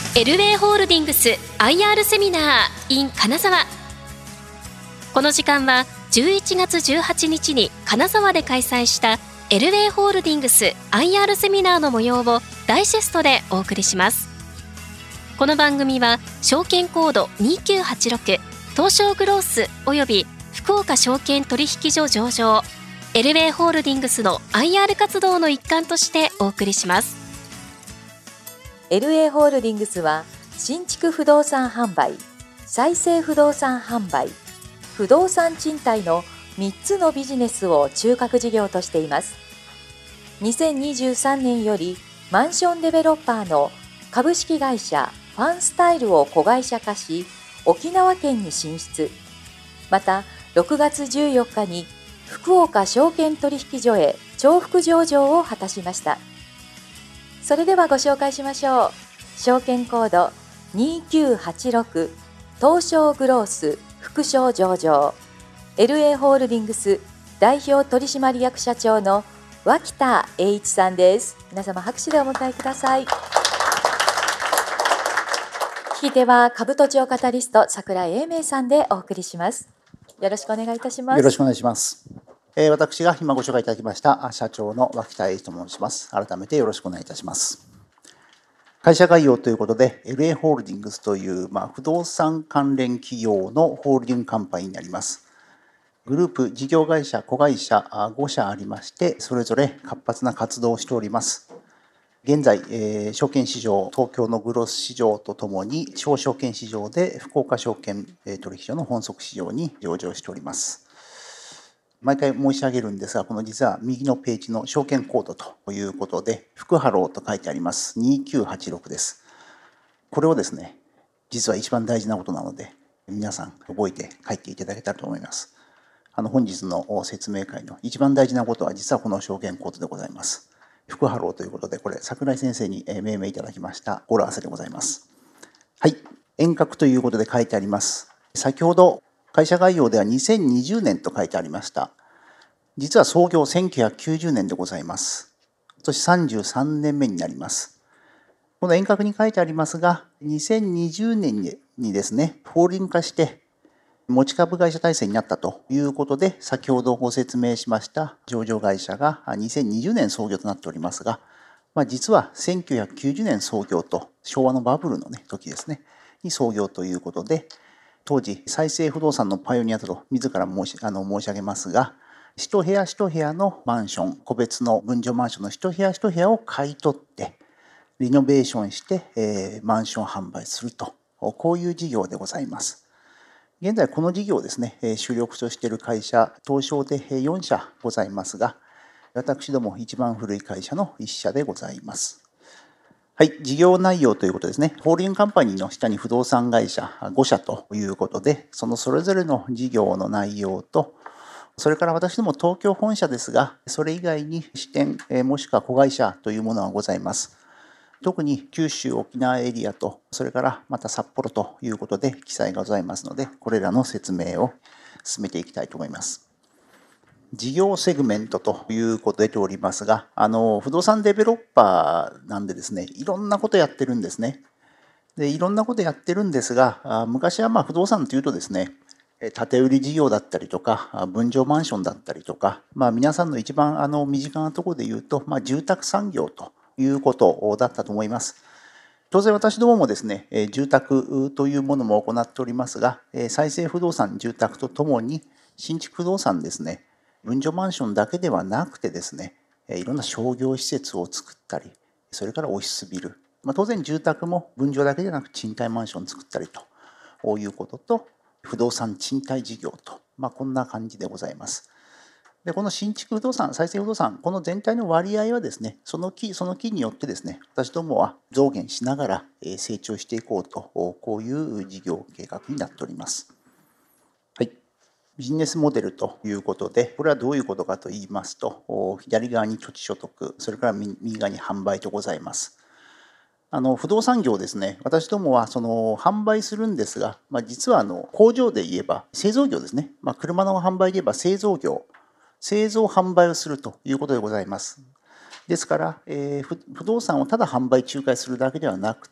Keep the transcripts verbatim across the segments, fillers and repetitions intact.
エルウェイホールディングス アイアール セミナー in 金沢。この時間はじゅういちがつじゅうはちにちに金沢で開催したエルウェイホールディングス アイアール セミナーの模様をダイジェストでお送りします。この番組は証券コードにきゅうはちろく東証グロースおよび福岡証券取引所上場エルウェイホールディングスの アイアール 活動の一環としてお送りします。 エルウェイホールディングスは新築不動産販売、再生不動産販売、不動産賃貸のみっつのビジネスを中核事業としています。にせんにじゅうさんねんよりマンションデベロッパーの株式会社ファンスタイルを子会社化し、沖縄県に進出。またろくがつじゅうよっかに福岡証券取引所へ重複上場を果たしました。それではご紹介しましょう。証券コードにきゅうはちろく東証グロース副賞上場 エルウェイ ホールディングス代表取締役社長の脇田栄一さんです。皆様拍手でお迎えください。聞き手は株都庁カタリスト櫻井英明さんでお送りします。よろしくお願いいたします。 よろしくお願いします。えー、私が今ご紹介いただきました社長の脇田栄一と申します。改めてよろしくお願いいたします。会社概要ということで エルエー ホールディングスという、まあ、不動産関連企業のホールディングカンパニーになります。グループ事業会社子会社ごしゃありまして、それぞれ活発な活動をしております。現在、えー、証券市場東京のグロース市場とともに小証券市場で福岡証券取引所の本則市場に上場しております。毎回申し上げるんですが、この実は右のページの証券コードということで、福ハローと書いてあります。にきゅうはちろくです。これをですね、実は一番大事なことなので、皆さん覚えて帰っていただけたらと思います。あの本日の説明会の一番大事なことは、実はこの証券コードでございます。福ハローということで、これ、櫻井先生に命名いただきました語呂合わせでございます。はい。遠隔ということで書いてあります。先ほど、会社概要ではにせんにじゅうねんと書いてありました。実は創業せんきゅうひゃくきゅうじゅうねんでございます。今年さんじゅうさんねんめになります。この遠隔に書いてありますが、にせんにじゅうねんにですね、法人化して持ち株会社体制になったということで、先ほどご説明しました上場会社がにせんにじゅうねん創業となっておりますが、まあ、実はせんきゅうひゃくきゅうじゅうねん創業と昭和のバブルの、ね、時ですね、に創業ということで、当時、再生不動産のパイオニアだと自ら申しあの申し上げますが、一部屋一部屋のマンション、個別の分譲マンションの一部屋一部屋を買い取って、リノベーションして、えー、マンション販売すると、こういう事業でございます。現在、この事業をですね、主力としている会社、東証でよんしゃございますが、私ども一番古い会社のいっしゃでございます。はい、事業内容ということですね。ホールディングカンパニーの下に不動産会社ごしゃということで、そのそれぞれの事業の内容と、それから私ども東京本社ですが、それ以外に支店もしくは子会社というものがございます。特に九州、沖縄エリアと、それからまた札幌ということで記載がございますので、これらの説明を進めていきたいと思います。事業セグメントということで出ておりますが、あの不動産デベロッパーなんでですね、いろんなことやってるんですね。で、いろんなことやってるんですが、昔はまあ不動産というとですね、建売り事業だったりとか、分譲マンションだったりとか、まあ、皆さんの一番あの身近なところで言うと、まあ、住宅産業ということだったと思います。当然私どももですね、住宅というものも行っておりますが、再生不動産、住宅とともに新築不動産ですね、分譲マンションだけではなくてですね、いろんな商業施設を作ったり、それからオフィスビル、まあ、当然住宅も分譲だけでなく賃貸マンションを作ったりということと、不動産賃貸事業と、まあ、こんな感じでございます。で、この新築不動産、再生不動産、この全体の割合はですね、その期、その期によってですね、私どもは増減しながら成長していこうと、こういう事業計画になっております。はい。ビジネスモデルということで、これはどういうことかと言いますと、左側に土地所得、それから右側に販売とございます。あの不動産業ですね、私どもはその販売するんですが、まあ、実はあの工場で言えば製造業ですね、まあ、車の販売で言えば製造業、製造販売をするということでございます。ですから、えー、不動産をただ販売仲介するだけではなくて、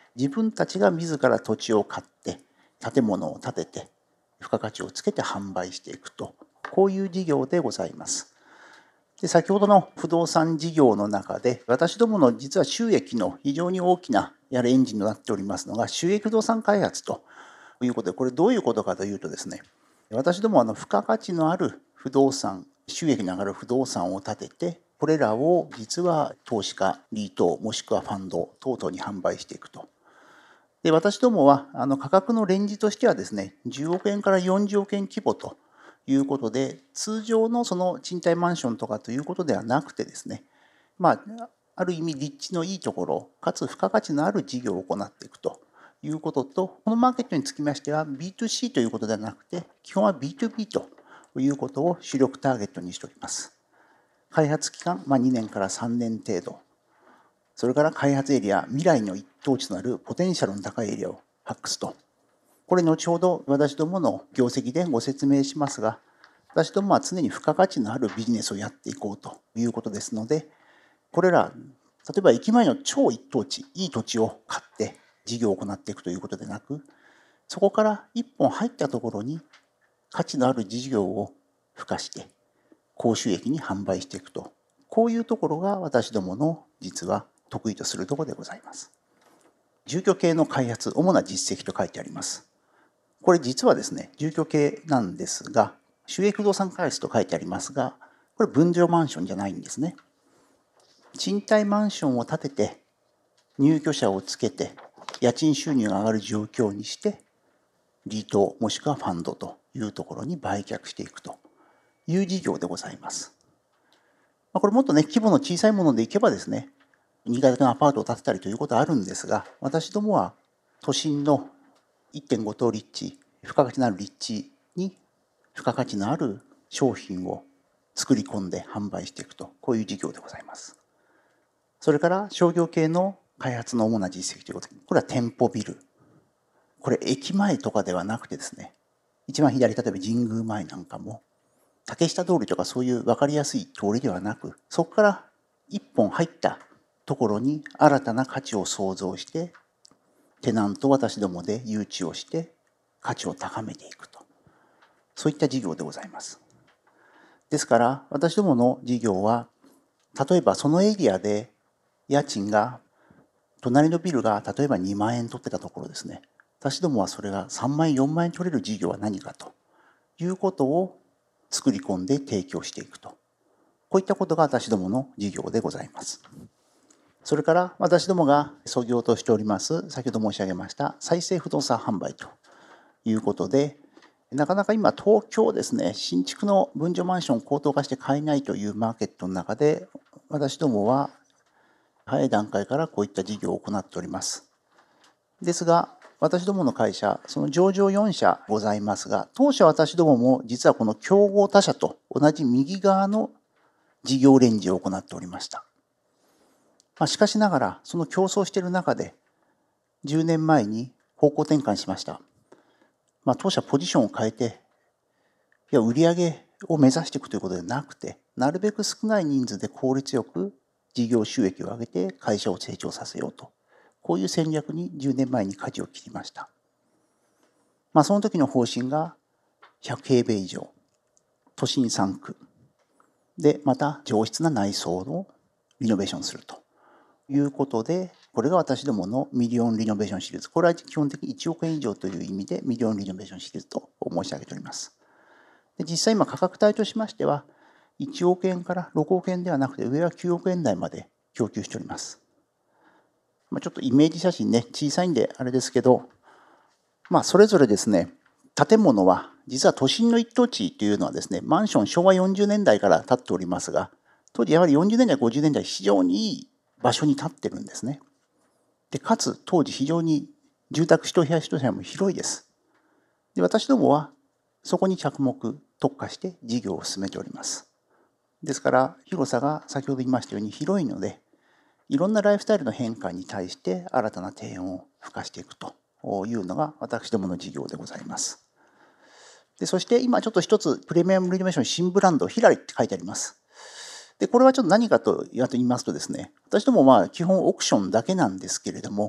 自分たちが自ら土地を買って建物を建てて付加価値をつけて販売していくと、こういう事業でございます。で、先ほどの不動産事業の中で、私どもの実は収益の非常に大きなやるエンジンとなっておりますのが収益不動産開発ということで、これどういうことかというとですね、私どもはあの付加価値のある不動産、収益の上がる不動産を建てて、これらを実は投資家、リート、もしくはファンド等々に販売していくと。で、私どもはあの価格のレンジとしてはですね、じゅうおくえんからよんじゅうおくえん規模ということで、通常のその賃貸マンションとかということではなくてですね、まあ、ある意味立地のいいところ、かつ付加価値のある事業を行っていくということと、このマーケットにつきましては ビーツーシー ということではなくて、基本は ビーツービー ということを主力ターゲットにしております。開発期間、まあ、にねんからさんねん程度。それから開発エリア、未来の一等地となるポテンシャルの高いエリアを発掘と。これ後ほど私どもの業績でご説明しますが、私どもは常に付加価値のあるビジネスをやっていこうということですので、これら、例えば駅前の超一等地、いい土地を買って事業を行っていくということでなく、そこから一本入ったところに価値のある事業を付加して、高収益に販売していくと。こういうところが私どもの実は得意とするところでございます。住居系の開発、主な実績と書いてあります。これ実はですね、住居系なんですが、収益不動産開発と書いてありますが、これ分譲マンションじゃないんですね。賃貸マンションを建てて、入居者をつけて、家賃収入が上がる状況にして、リートもしくはファンドというところに売却していくという事業でございます。これもっとね、規模の小さいものでいけばですね、にかい建てのアパートを建てたりということはあるんですが、私どもは都心の いってんご 棟立地、付加価値のある立地に付加価値のある商品を作り込んで販売していくと、こういう事業でございます。それから商業系の開発の主な実績ということで、これは店舗ビル。これ駅前とかではなくてですね、一番左、例えば神宮前なんかも、竹下通りとかそういう分かりやすい通りではなく、そこから一本入ったところに新たな価値を創造して、テナント私どもで誘致をして価値を高めていくと。そういった事業でございます。ですから、私どもの事業は、例えばそのエリアで家賃が、隣のビルが例えばにまんえん取ってたところですね、私どもはそれがさんまんえん、よんまんえん取れる事業は何かということを作り込んで提供していくと。こういったことが私どもの事業でございます。それから私どもが創業としております、先ほど申し上げました再生不動産販売ということで、なかなか今東京ですね、新築の分譲マンション高騰化して買えないというマーケットの中で、私どもは早い段階からこういった事業を行っております。ですが、私どもの会社、その上場よんしゃございますが、当社私どもも実はこの競合他社と同じ右側の事業レンジを行っておりました。まあ、しかしながら、その競争している中で、じゅうねんまえに方向転換しました。まあ、当社ポジションを変えて、いや売上を目指していくということではなくて、なるべく少ない人数で効率よく事業収益を上げて会社を成長させようと。こういう戦略にじゅうねんまえに舵を切りました。まあ、その時の方針がひゃくへいべい以上、都心さんくで、また上質な内装をリノベーションするということで、これが私どものミリオンリノベーションシリーズ。これは基本的にいちおくえん以上という意味でミリオンリノベーションシリーズと申し上げております。で、実際今価格帯としましては、いちおくえんからろくおくえんではなくて、上はきゅうおくえん台まで供給しております。まあ、ちょっとイメージ写真ね、小さいんであれですけど、まあ、それぞれですね、建物は、実は都心の一等地というのはですね、マンション昭和よんじゅうねんだいから建っておりますが、当時やはりよんじゅうねんだい、ごじゅうねんだい、非常にいい場所に建ってるんですね。で、かつ当時非常に住宅一部屋一部屋も広いです。で、私どもはそこに着目、特化して事業を進めております。ですから、広さが先ほど言いましたように広いので、いろんなライフスタイルの変化に対して新たな提案を付加していくというのが私どもの事業でございます。で、そして今ちょっと一つプレミアムリノベーション新ブランドヒラリって書いてあります。で、これはちょっと何かと言いますとですね、私どもまあ基本オークションだけなんですけれども、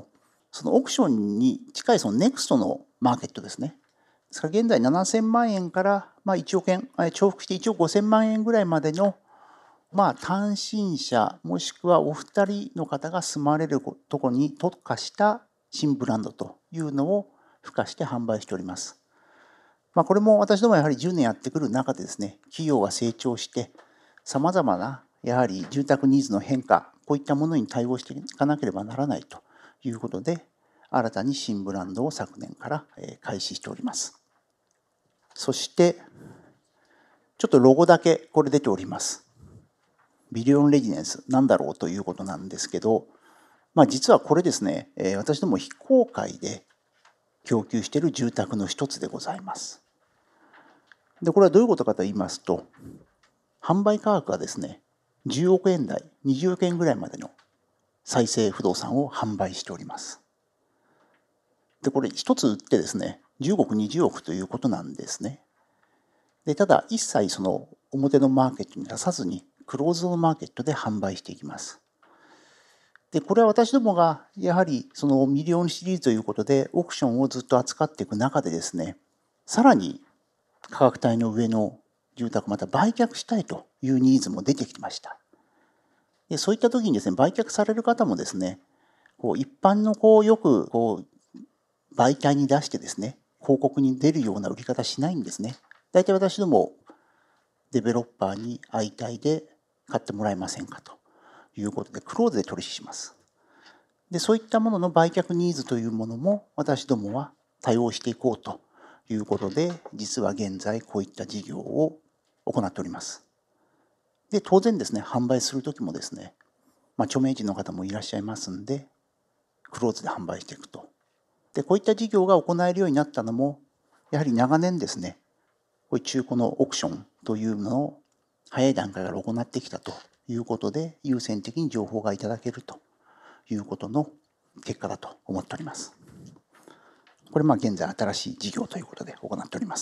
そのオークションに近いそのネクストのマーケットですね。ですから現在ななせんまんえんからまあいちおくえん、重複していちおくごせんまんえんぐらいまでのまあ単身者もしくはお二人の方が住まれるところに特化した新ブランドというのを付加して販売しております。まあこれも私どもやはりじゅうねんやってくる中でですね、企業が成長してさまざまなやはり住宅ニーズの変化、こういったものに対応していかなければならないということで、新たに新ブランドを昨年から開始しております。そしてちょっとロゴだけこれ出ております。ビリオンレジデンスなんだろうということなんですけど、まあ、実はこれですね、私ども非公開で供給している住宅の一つでございます。で、これはどういうことかと言いますと、販売価格がですね、じゅうおくえん台、にじゅうおくえんぐらいまでの再生不動産を販売しております。で、これ一つ売ってですね、じゅうごおく、にじゅうおくということなんですね。で、ただ一切その表のマーケットに出さずに、クローズドマーケットで販売していきます。で、これは私どもがやはりそのミリオンシリーズということでオークションをずっと扱っていく中でですね、さらに価格帯の上の住宅また売却したいというニーズも出てきました。で、そういった時にですね、売却される方もですね、こう一般のこうよくこう媒体に出してですね、広告に出るような売り方しないんですね。大体私どもデベロッパーに相対で買ってもらえませんかということでクローズで取引します。で、そういったものの売却ニーズというものも私どもは対応していこうということで、実は現在こういった事業を行っております。で、当然ですね、販売するときもですね、まあ、著名人の方もいらっしゃいますんで、クローズで販売していくと。で、こういった事業が行えるようになったのも、やはり長年ですね、こういう中古のオークションというのを早い段階から行ってきたということで、優先的に情報がいただけるということの結果だと思っております。これまあ現在新しい事業ということで行っております。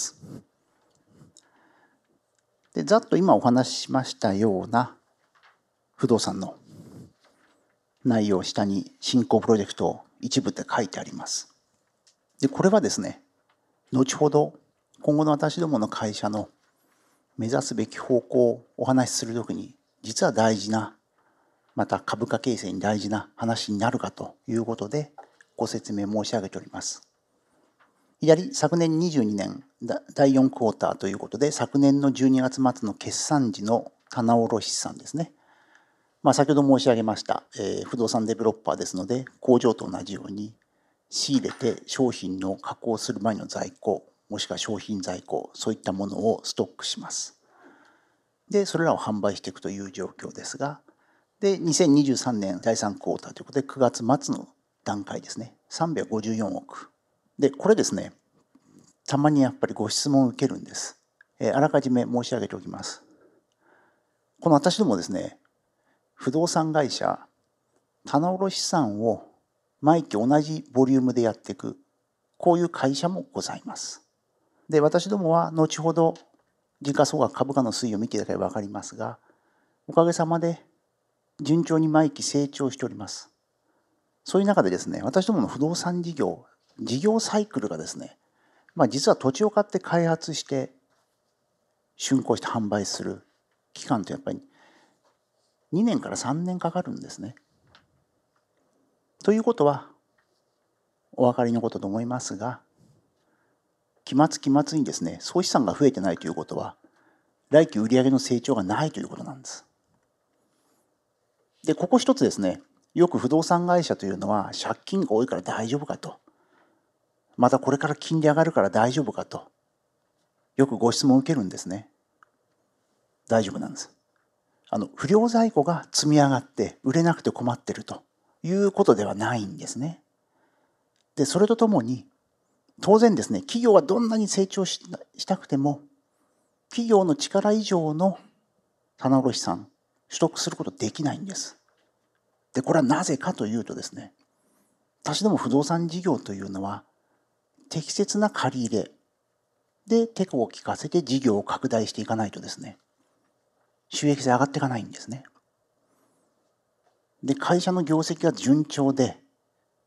で、ざっと今お話ししましたような不動産の内容、下に進行プロジェクト一部で書いてあります。で、これはですね、後ほど今後の私どもの会社の目指すべき方向をお話しするときに、実は大事な、また株価形成に大事な話になるかということでご説明申し上げております。左、昨年にじゅうにねんだいよんクォーターということで、昨年のじゅうにがつ末の決算時の棚卸資産ですね。まあ、先ほど申し上げました、えー、不動産デベロッパーですので、工場と同じように仕入れて商品の加工する前の在庫、もしくは商品在庫、そういったものをストックします。で、それらを販売していくという状況ですが、で、にせんにじゅうさんねんだいさんクォーターということで、くがつ末の段階ですね、さんびゃくごじゅうよんおく。で、これですね、たまにやっぱりご質問を受けるんです。えー、あらかじめ申し上げておきます。この私どもですね、不動産会社、棚卸資産を毎期同じボリュームでやっていく、こういう会社もございます。で、私どもは後ほど時価総額株価の推移を見ていただければ分かりますが、おかげさまで順調に毎期成長しております。そういう中でですね、私どもの不動産事業、事業サイクルがですね、まあ、実は土地を買って開発して竣工して販売する期間ってやっぱりにねんからさんねんかかるんですね。ということはお分かりのことと思いますが、期末期末にですね、総資産が増えてないということは来期売上の成長がないということなんです。で、ここ一つですね、よく不動産会社というのは借金が多いから大丈夫かと、またこれから金利上がるから大丈夫かと、よくご質問を受けるんですね。大丈夫なんです。あの不良在庫が積み上がって売れなくて困っているということではないんですね。で、それとともに当然ですね、企業はどんなに成長したくても企業の力以上の棚卸資産取得することできないんです。で、これはなぜかというとですね、私ども不動産事業というのは適切な借り入れでテコを利かせて事業を拡大していかないとですね、収益性上がっていかないんですね。で、会社の業績が順調で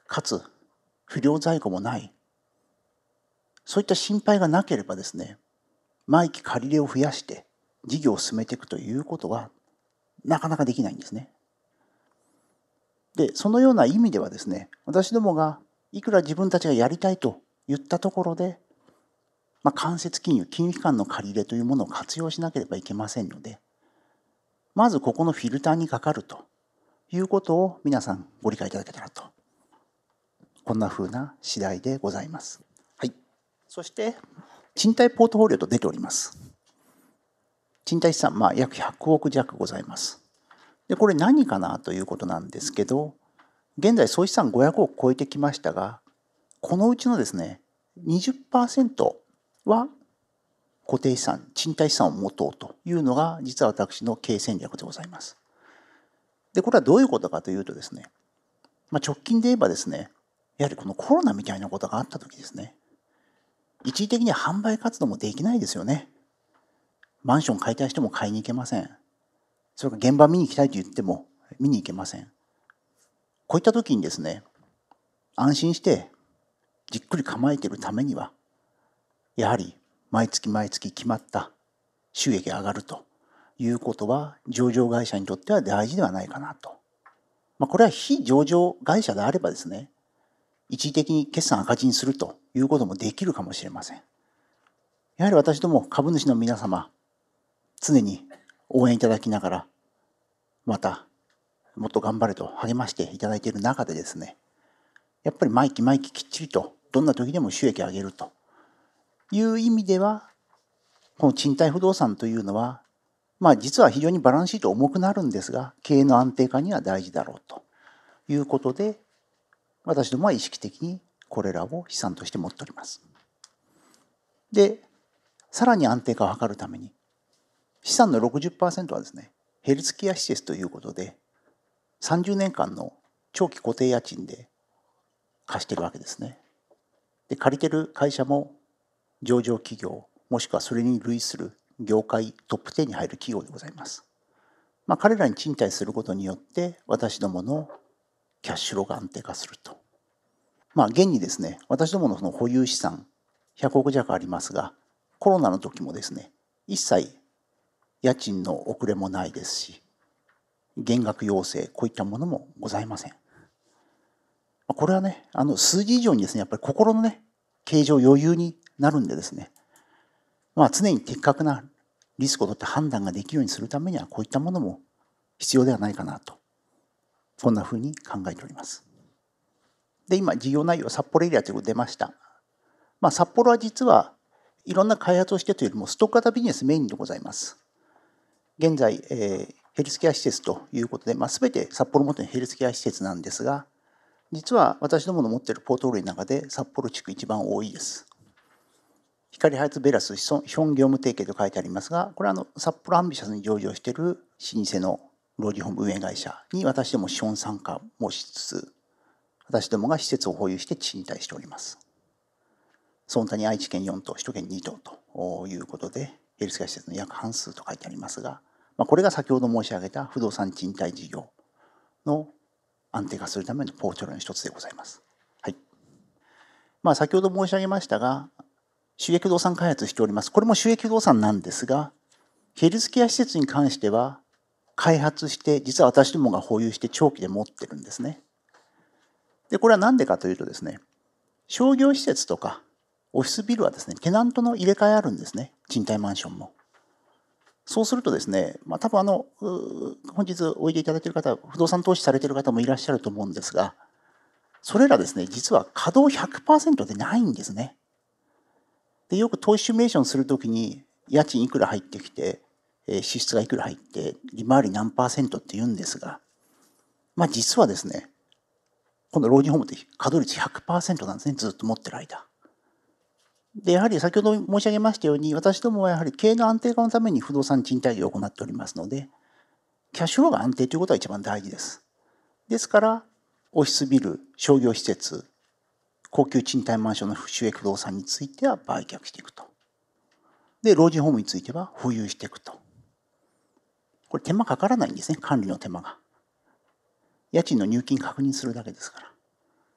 かつ不良在庫もない、そういった心配がなければですね、毎期借り入れを増やして事業を進めていくということはなかなかできないんですね。で、そのような意味ではですね、私どもがいくら自分たちがやりたいと言ったところで、まあ、間接金融、金融機関の借り入れというものを活用しなければいけませんので、まずここのフィルターにかかるということを皆さんご理解いただけたらと、こんなふうな次第でございます。はい。そして、賃貸ポートフォリオと出ております。賃貸資産、まあ、約ひゃくおく弱ございます。で、これ何かなということなんですけど、現在総資産ごひゃくおく超えてきましたが、このうちのですね、にじゅっパーセントは固定資産、賃貸資産を持とうというのが、実は私の経営戦略でございます。で、これはどういうことかというとですね、まあ、直近で言えばですね、やはりこのコロナみたいなことがあったときですね、一時的には販売活動もできないですよね。マンション買いたい人も買いに行けません。それから現場見に行きたいと言っても見に行けません。こういったときにですね、安心してじっくり構えているためには、やはり毎月毎月決まった収益が上がるということは、上場会社にとっては大事ではないかなと。まあ、これは非上場会社であればですね、一時的に決算赤字にするということもできるかもしれません。やはり私ども株主の皆様、常に応援いただきながら、またもっと頑張れと励ましていただいている中でですね、やっぱり毎期毎期きっちりとどんな時でも収益を上げるという意味では、この賃貸不動産というのは、まあ実は非常にバランスシート重くなるんですが、経営の安定化には大事だろうということで、私どもは意識的にこれらを資産として持っております。で、さらに安定化を図るために、資産の ろくじゅっパーセント はですね、ヘルスケア施設ということで、さんじゅうねんかんの長期固定家賃で貸しているわけですね。で、借りてる会社も上場企業、もしくはそれに類する業界トップじゅうに入る企業でございます。まあ、彼らに賃貸することによって、私どものキャッシュフローが安定化すると。まあ、現にですね、私どものその保有資産、ひゃくおく弱ありますが、コロナの時もですね、一切家賃の遅れもないですし、減額要請、こういったものもございません。これはね、あの数字以上にですね、やっぱり心のね、経常余裕になるんでですね、まあ常に的確なリスクを取って判断ができるようにするためには、こういったものも必要ではないかなと、こんなふうに考えております。で、今、事業内容、札幌エリアということが出ました。まあ、札幌は実はいろんな開発をしてというよりも、ストック型ビジネスメインでございます。現在、えー、ヘルスケア施設ということで、まあ、全て札幌元のヘルスケア施設なんですが、実は私どもの持っているポートフォリオの中で札幌地区一番多いです。光ハイツベラス資本業務提携と書いてありますが、これはあの札幌アンビシャスに上場している老舗の老人ホーム運営会社に私ども資本参加もしつつ、私どもが施設を保有して賃貸しております。その他に愛知県よんとう、首都圏にとうということで、ヘルスケア施設の約半数と書いてありますが、まあ、これが先ほど申し上げた不動産賃貸事業の安定化するためのポートフォリオの一つでございます。はい。まあ、先ほど申し上げましたが、収益不動産開発しております。これも収益不動産なんですが、ヘルスケア施設に関しては、開発して、実は私どもが保有して長期で持ってるんですね。で、これは何でかというとですね、商業施設とかオフィスビルはですね、テナントの入れ替えあるんですね。賃貸マンションも。そうするとですね、まあ多分あの、本日おいでいただいている方、不動産投資されている方もいらっしゃると思うんですが、それらですね、実は稼働 ひゃくパーセント でないんですね。で、よく投資シミュレーションするときに、家賃いくら入ってきて、支出がいくら入って、利回り何パーセントって言うんですが、まあ実はですね、この老人ホームって稼働率 ひゃくパーセント なんですね、ずっと持ってる間。で、やはり先ほど申し上げましたように、私どもはやはり経営の安定化のために不動産賃貸業を行っておりますので、キャッシュフローが安定ということが一番大事です。ですから、オフィスビル、商業施設、高級賃貸マンションの収益不動産については売却していくと。で、老人ホームについては保有していくと。これ手間かからないんですね、管理の手間が。家賃の入金確認するだけですから。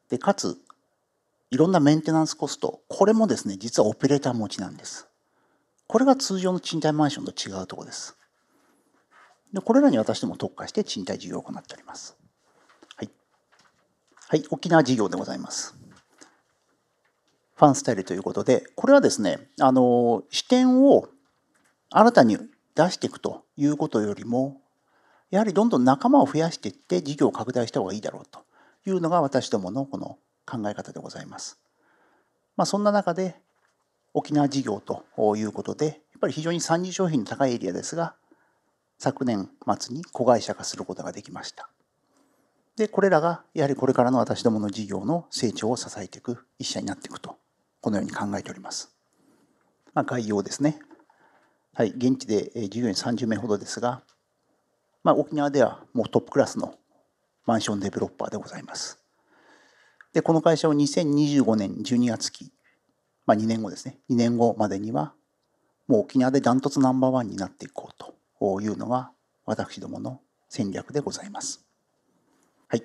で、かつ、いろんなメンテナンスコスト、これもですね、実はオペレーター持ちなんです。これが通常の賃貸マンションと違うところです。で、これらに私ども特化して賃貸事業を行っております。はい。はい、沖縄事業でございます。ファンスタイルということで、これはですね、あの、視点を新たに出していくということよりも、やはりどんどん仲間を増やしていって事業を拡大した方がいいだろうというのが私どものこの考え方でございます。まあ、そんな中で沖縄事業ということで、やっぱり非常に参入商品の高いエリアですが、昨年末に子会社化することができました。で、これらがやはりこれからの私どもの事業の成長を支えていく一社になっていくと、このように考えております。まあ、概要ですね。はい、現地で従業員さんじゅうめいほどですが、まあ、沖縄ではもうトップクラスのマンションデベロッパーでございます。で、この会社をにせんにじゅうごねんじゅうにがつ期、まあ、にねんごですね、にねんごまでには、もう沖縄でダントツナンバーワンになっていこうというのが、私どもの戦略でございます。はい。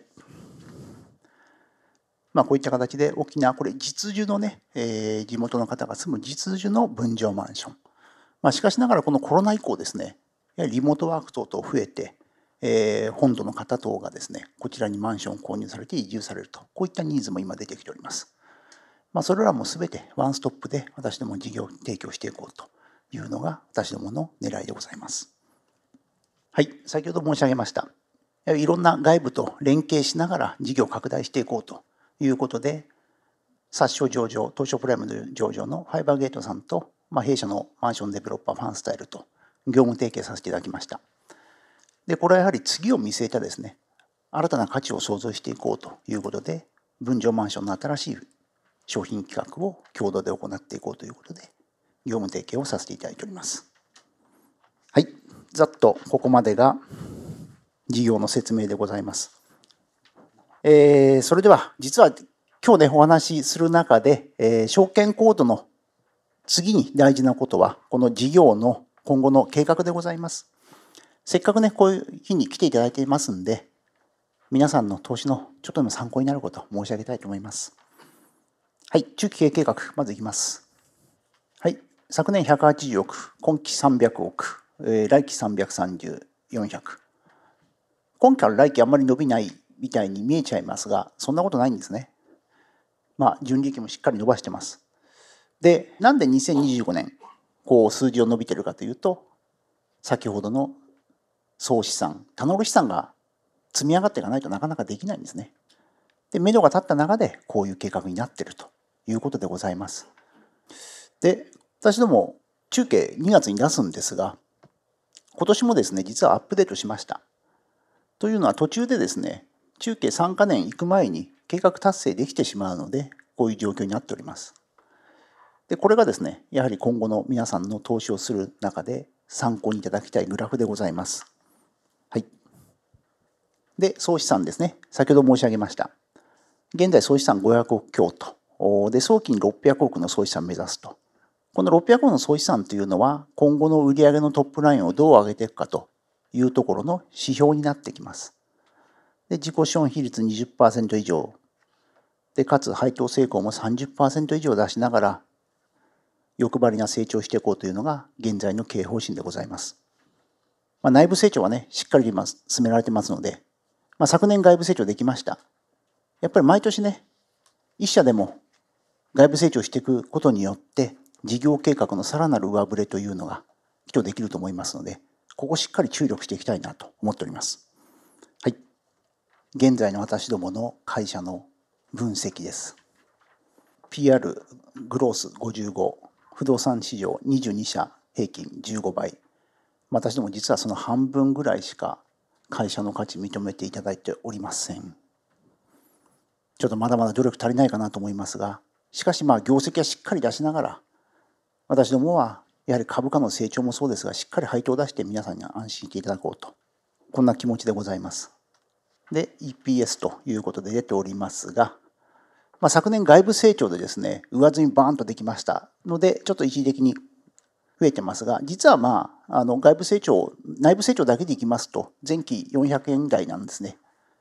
まあ、こういった形で沖縄、これ実需のね、えー、地元の方が住む実需の分譲マンション。まあ、しかしながらこのコロナ以降ですね、やはりリモートワーク等々増えて、えー、本土の方等がですね、こちらにマンションを購入されて移住されると、こういったニーズも今出てきております。まあ、それらもすべてワンストップで私ども事業提供していこうというのが私どもの狙いでございます。はい、先ほど申し上げました。いろんな外部と連携しながら事業を拡大していこうということで、札所上場、東証プライムの上場のファイバーゲートさんと、まあ、弊社のマンションデベロッパーファンスタイルと業務提携させていただきました。で、これはやはり次を見据えたですね、新たな価値を創造していこうということで、分譲マンションの新しい商品企画を共同で行っていこうということで、業務提携をさせていただいております。はい、ざっとここまでが事業の説明でございます。えー、それでは、実は今日ね、お話しする中で、えー、証券コードの次に大事なことは、この事業の今後の計画でございます。せっかくね、こういう日に来ていただいていますんで、皆さんの投資のちょっとでも参考になることを申し上げたいと思います。はい、中期経営計画、まずいきます。はい、昨年ひゃくはちじゅうおく、今期さんびゃくおく、えー、来期さんびゃくさんじゅう、よんひゃく。今期から来期あんまり伸びないみたいに見えちゃいますが、そんなことないんですね。まあ、純利益もしっかり伸ばしてます。で、なんでにせんにじゅうごねん、こう数字を伸びてるかというと、先ほどの総資産、他の資産が積み上がっていかないとなかなかできないんですね。で、目処が立った中でこういう計画になっているということでございます。で、私ども中計にがつに出すんですが、今年もですね、実はアップデートしました。というのは途中でですね、中計さんかねん行く前に計画達成できてしまうので、こういう状況になっております。で、これがですね、やはり今後の皆さんの投資をする中で参考にいただきたいグラフでございます。はい。で、総資産ですね。先ほど申し上げました。現在総資産ごひゃくおく強と。で、早期にろっぴゃくおくの総資産を目指すと。このろっぴゃくおくの総資産というのは、今後の売上のトップラインをどう上げていくかというところの指標になってきます。で、自己資本比率 にじゅっパーセント 以上。で、かつ配当成功も さんじゅっパーセント 以上出しながら、欲張りな成長していこうというのが現在の経営方針でございます。まあ、内部成長はね、しっかり今進められてますので、まあ、昨年外部成長できました。やっぱり毎年ね、一社でも外部成長していくことによって、事業計画のさらなる上振れというのが期待できると思いますので、ここしっかり注力していきたいなと思っております。はい。現在の私どもの会社の分析です。ピーアール グロースごじゅうご、不動産市場にじゅうにしゃ平均じゅうごばい。私ども実はその半分ぐらいしか会社の価値認めていただいておりません。ちょっとまだまだ努力足りないかなと思いますが、しかしまあ業績はしっかり出しながら、私どもはやはり株価の成長もそうですが、しっかり配当を出して皆さんに安心していただこうと、こんな気持ちでございます。で、イーピーエス ということで出ておりますが、まあ、昨年外部成長でですね、上積みバーンとできましたので、ちょっと一時的に増えてますが、実はまあ、あの外部成長、内部成長だけでいきますと、前期よんひゃくえん台なんですね。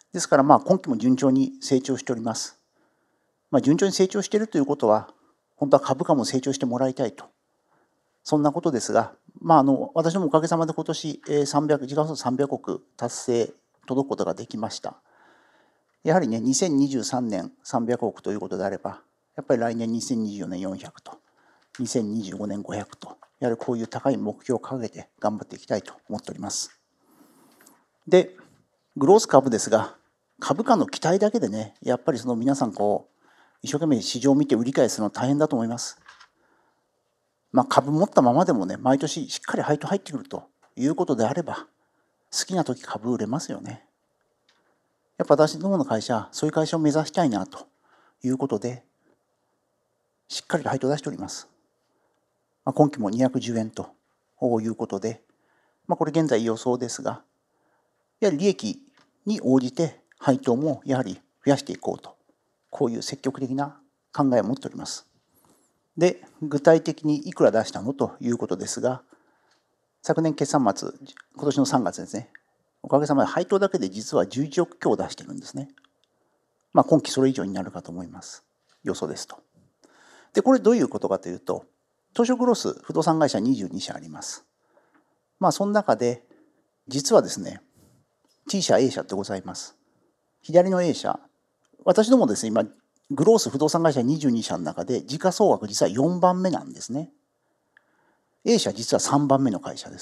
ですから、まあ今期も順調に成長しております。まあ、順調に成長しているということは、本当は株価も成長してもらいたいと。そんなことですが、まあ、あの私どもおかげさまで今年さんびゃく、時価総額さんびゃくおく達成、届くことができました。やはりね、にせんにじゅうさんねんさんびゃくおくということであれば、やっぱり来年にせんにじゅうよねんよんひゃくと、にせんにじゅうごねんごひゃくと、やはりこういう高い目標を掲げて頑張っていきたいと思っております。で、グロース株ですが、株価の期待だけでね、やっぱりその皆さんこう、一生懸命市場を見て売り買いするの大変だと思います。まあ、株持ったままでもね、毎年しっかり配当入ってくるということであれば、好きな時株売れますよね。やっぱ私どもの会社、そういう会社を目指したいなということで、しっかりと配当出しております。まあ、今期もにひゃくじゅうえんということで、まあ、これ現在予想ですが、やはり利益に応じて配当もやはり増やしていこうと。こういう積極的な考えを持っております。で、具体的にいくら出したのということですが、昨年決算末、今年のさんがつですね、おかげさまで配当だけで実はじゅういちおく強出してるんですね。まあ、今期それ以上になるかと思います。予想ですと。で、これどういうことかというと、東証グロース不動産会社にじゅうにしゃあります。まあ、その中で、実はですね、T 社、A 社ってございます。左の A 社、私どもですね、今、グロース不動産会社にじゅうにしゃの中で、時価総額実はよんばんめなんですね。A 社実はさんばんめの会社です。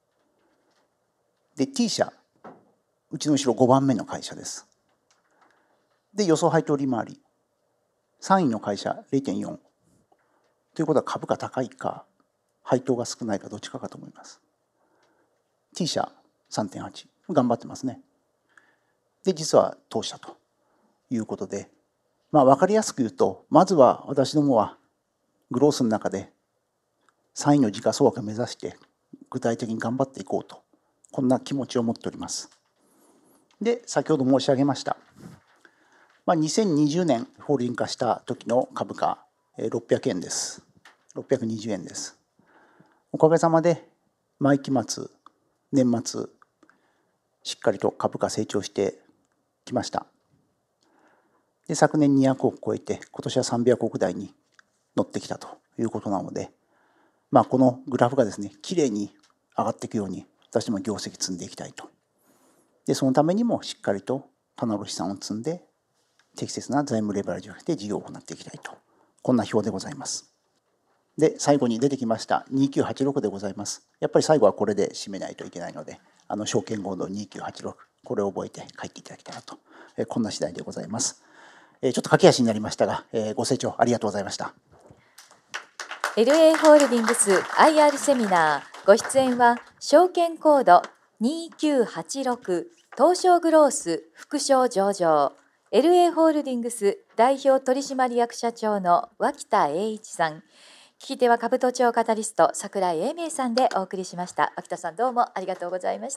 で、T 社、うちの後ろごばんめの会社です。で、予想配当利回り、さんいの会社 れいてんよん。ということは株価高いか、配当が少ないかどっちかかと思います。T 社 さんてんはち。頑張ってますね。で、実は当社ということで、まあ分かりやすく言うと、まずは私どもはグロースの中でさんいの時価総額を目指して具体的に頑張っていこうと、こんな気持ちを持っております。で、先ほど申し上げました。まあ、にせんにじゅうねん法人化した時の株価、ろっぴゃくえんです。ろっぴゃくにじゅうえんです。おかげさまで毎期末、年末、しっかりと株価成長してきました。で、昨年にひゃくおく超えて、今年はさんびゃくおく台に乗ってきたということなので、まあ、このグラフがですね、きれいに上がっていくように、私ども業績積んでいきたいと。で、そのためにもしっかりと棚卸資産を積んで、適切な財務レバレッジをかけて事業を行っていきたいと。こんな表でございます。で、最後に出てきましたにきゅうはちろくでございます。やっぱり最後はこれで締めないといけないので、あの証券コードにきゅうはちろく、これを覚えて書いていただきたいなと、えこんな次第でございます。えちょっと駆け足になりましたが、えご清聴ありがとうございました。 エルエー ホールディングス アイアール セミナーご出演は証券コードにきゅうはちろく東証グロース副賞上場 エルエー ホールディングス代表取締役社長の脇田栄一さん、聞き手は株都庁カタリスト櫻井英明さんでお送りしました。脇田さん、どうもありがとうございました。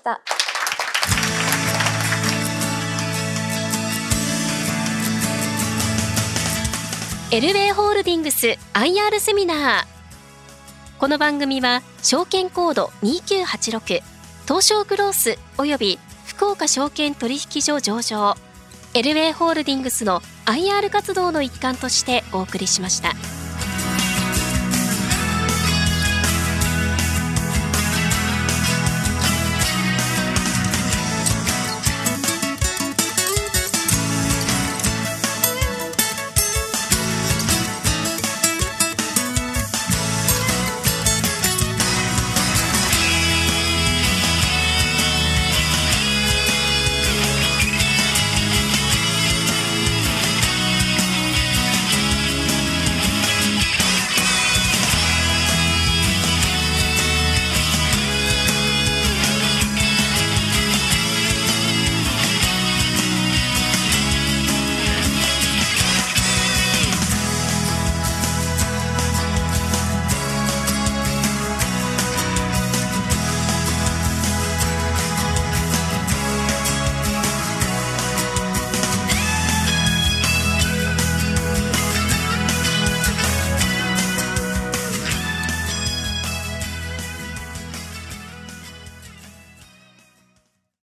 エルエー ホールディングス アイアール セミナー。この番組は証券コードにきゅうはちろく東証グロースおよび福岡証券取引所上場 エルエー ホールディングスの アイアール 活動の一環としてお送りしました。